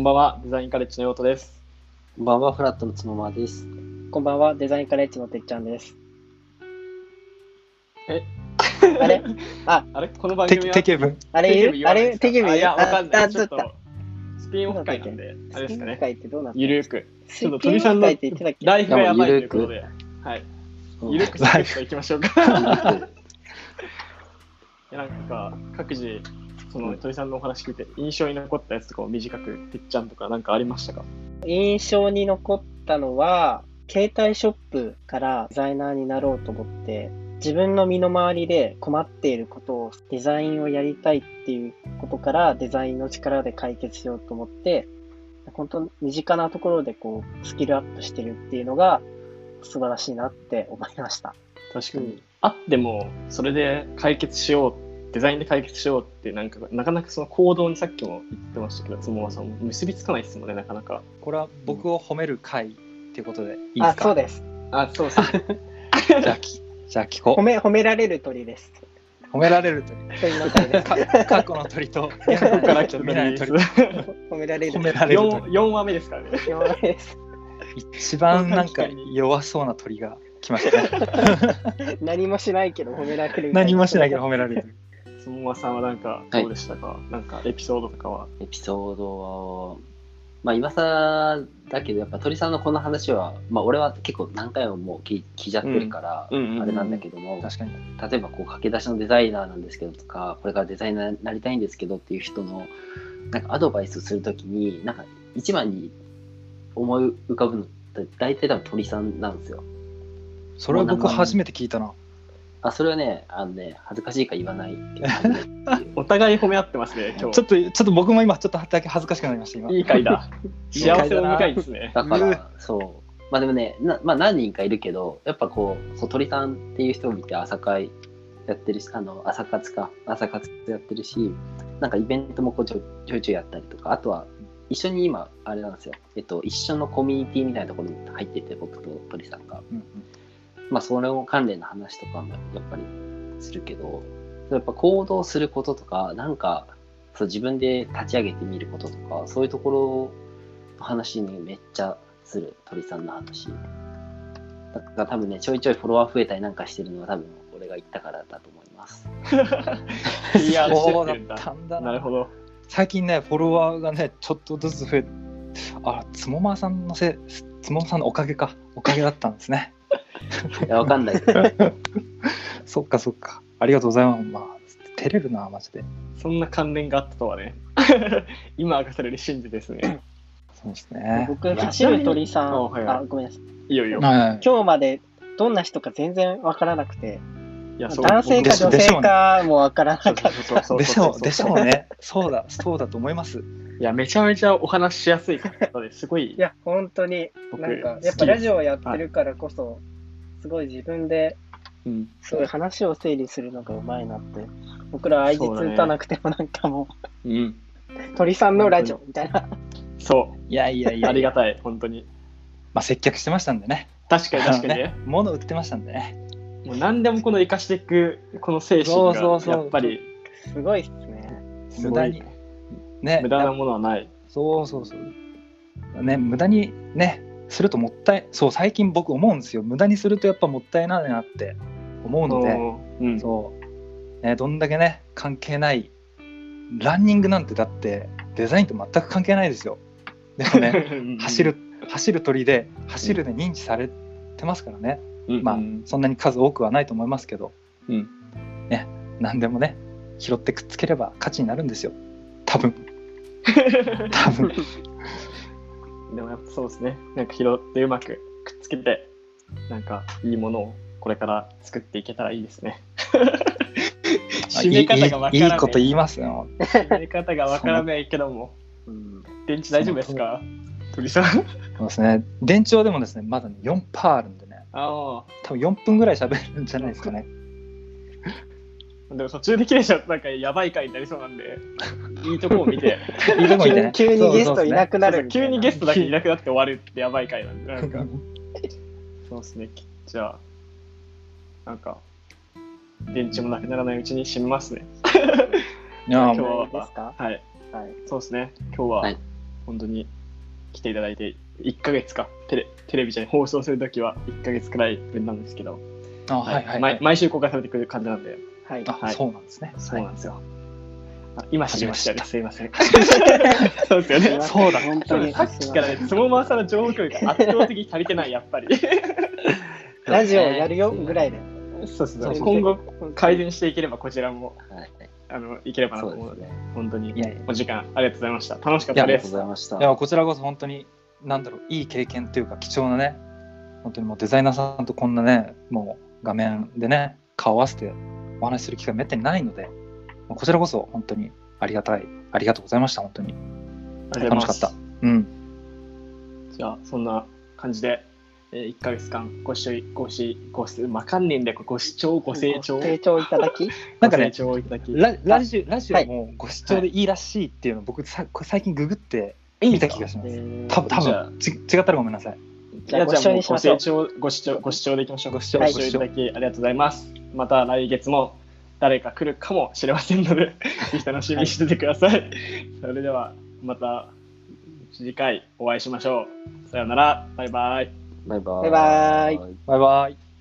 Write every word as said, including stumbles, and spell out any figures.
んばんは、デザインカレッジのヨートです。 こんばんは、フラットのつのまです。 こんばんは、デザインカレッジのてっちゃんです。 えあれああれこの番組はテケブンあれ言うあれテケブンいや、わかんない。 あちょっとスピンオフ会なんで、あれですかね。 会ってどうなってゆるく。 ちょっと鳥さんのライフがやばいということで、はい。ゆるくサクッといきましょうか。なんか各自その鳥さんのお話聞いて印象に残ったやつとかを短くてっちゃんとかなんかありましたか？ 印象に残ったのは、携帯ショップからデザイナーになろうと思って、自分の身の回りで困っていることをデザインをやりたいっていうことからデザインの力で解決しようと思って、本当に身近なところでこうスキルアップしてるっていうのが素晴らしいなって思いました。 確かに。うん、あってもそれで解決しよう、デザインで解決しようってなんかなかなかその行動にさっきも言ってましたけど、つもまさんも結びつかないですもんね、なかなか。 これは僕を褒める回っていうことでいいですか？ あ、そうです。 あ、そうです。 じゃあきじゃあ聞こう。 褒め褒められる鳥です。 褒められる鳥。 鳥の鳥です。 過去の鳥と現在から来た未来の鳥。 褒められる。 褒められる鳥。 よんわめですからね。 よんわめです。 一番なんか弱そうな鳥が来ましたね。何もしないけど褒められる。 何もしないけど褒められる。 つもまさんはなんかどうでしたか？はい、なんかエピソードとかは？ エピソードは、まあ今更だけどやっぱ鳥さんのこの話は、まあ俺は結構何回ももう聞いちゃってるから、あれなんだけども、 確かに例えばこう駆け出しのデザイナーなんですけどとか、これからデザイナーになりたいんですけどっていう人のなんかアドバイスするときに、なんか一番に思い浮かぶのって大体多分鳥さんなんですよ。 それは僕初めて聞いたな。 あ、それはね、あのね、恥ずかしいから言わないけどお互い褒め合ってますね、今日。 ちょっと、ちょっと僕も今、ちょっとだけ恥ずかしくなりました、今。 いい回だ。幸せの深いですね。 だから、そう。まあでもね、なまあ何人かいるけど、やっぱこう、そう鳥さんっていう人を見て朝会やってるし、あの、朝活か、朝活やってるし、なんかイベントもこうちょちょいちょいやったりとか、あとは、一緒に今、あれなんですよ。えっと、一緒のコミュニティみたいなところに入ってて、僕と鳥さんが。うんうん、まあ、それを関連の話とかもやっぱりするけど、やっぱ行動することとか、なんかそう自分で立ち上げてみることとか、そういうところの話にめっちゃする鳥さんの話。だから多分ね、ちょいちょいフォロワー増えたりなんかしてるのは多分俺が言ったからだと思います。 いや、 そうだったんだな。 なるほど。 最近ね、フォロワーがね、ちょっとずつ増え、あ、つもまさんのせい、つもまさんのおかげか、おかげだったんですね。 いや、わかんないけど。 そっかそっか。ありがとうございます。まあ、照れるな、マジで。 そんな関連があったとはね。今明かされる真実ですね。 そうですね。 僕、走る鳥さん、はいはい、あ、ごめんなさい。 いいよいいよ。 今日までどんな人か全然わからなくて、いや男性か女性かもわからなかった。 でしょう、でしょうね。そうだ、そうだと思います。 いや、めちゃめちゃお話ししやすい方ですごい。 いや、本当に、なんか、やっぱラジオやってるからこそ、はい、すごい自分で、すごい話を整理するのがうまいなって。僕ら相槌打たなくてもなんかもう、うん、鳥さんのラジオみたいな。 そう。 いやいやいや。 ありがたい、本当に。 まあ、接客してましたんでね。 確かに確かにね。 物売ってましたんでね。 もう何でもこの生かしていく、この精神がやっぱり。 すごいっすね。 無駄に。ね。 無駄なものはない。 そうそうそう。ね、無駄にね、するともったい、そう、最近僕思うんですよ。無駄にするとやっぱもったいないなって思うので、うん、そう、ね、どんだけね、関係ない、ランニングなんてだってデザインと全く関係ないですよ。でもね、走る、走る鳥で、走るで認知されてますからね。うん、まあ、そんなに数多くはないと思いますけど、うん、ね、何でもね、拾ってくっつければ価値になるんですよ。多分。多分。 でもやっぱそうですね。なんか拾ってうまくくっつけて、なんかいいものをこれから作っていけたらいいですね。締め方がわからない。 いいこと言いますよ。 締め方がわからないけども、うん、電池大丈夫ですか？鳥さん。そうですね。電池はでもですね、まだ よんパーセント あるんでね。ああ。多分よんぷんぐらい喋るんじゃないですかね。 でも途中で切れちゃったなんかやばい回になりそうなんで、いいとこを見て、 いいとこ見てね。 急にゲストいなくなる。 急にゲストだけいなくなって終わるってやばい回なんで、なんか。そうですね。じゃあ、なんか、電池もなくならないうちに締めますね。 いや今日は、はい、 はい。そうですね。今日は、はい、 本当に来ていただいて、いっかげつか、テレテレビじゃない放送するときはいっかげつくらい分なんですけど、 あ、はいはいはい、 毎毎週公開されてくる感じなんで、 はい。 あ、 はいそうなんですね。 そうなんですよ。あ今知りましたよね、すいません。 そうですよね。 そうだ、 本当に。 さっきからね、つもまさの情報共有が圧倒的に足りてない、やっぱり。 ラジオやるよぐらいで。 そうそうそう今後改善していければこちらも、 はい、 あのいければなと思うので、 ね、 本当にいやいやお時間ありがとうございました。楽しかったです。 ありがとうございました。 いやこちらこそ本当になんだろう、いい経験というか貴重なね、本当にもうデザイナーさんとこんなね、もう画面でね顔を合わせてお話しする機会めったにないので、こちらこそ本当にありがたい、ありがとうございました。本当に楽しかった。うん。 じゃあそんな感じで、えー、いっかげつかんご視聴ご視ご視わかんねえんでご視聴ご清聴清聴いただきなんかね、 ご清聴いただきラ, ラジオラジオもご視聴でいいらしいっていうのを僕さ最近ググって見た気がします。多分多分ち違ったらごめんなさい。 じゃあご視聴にしましょう。 ご視聴ご視聴ご視聴でいきましょう。 ご視聴ご視聴いただきありがとうございます。また来月も誰か来るかもしれませんのでぜひ楽しみにしててください、はい、それではまた次回お会いしましょう。さようなら。バイバイ。 バイバイ。 バイバイ。 バイバイ。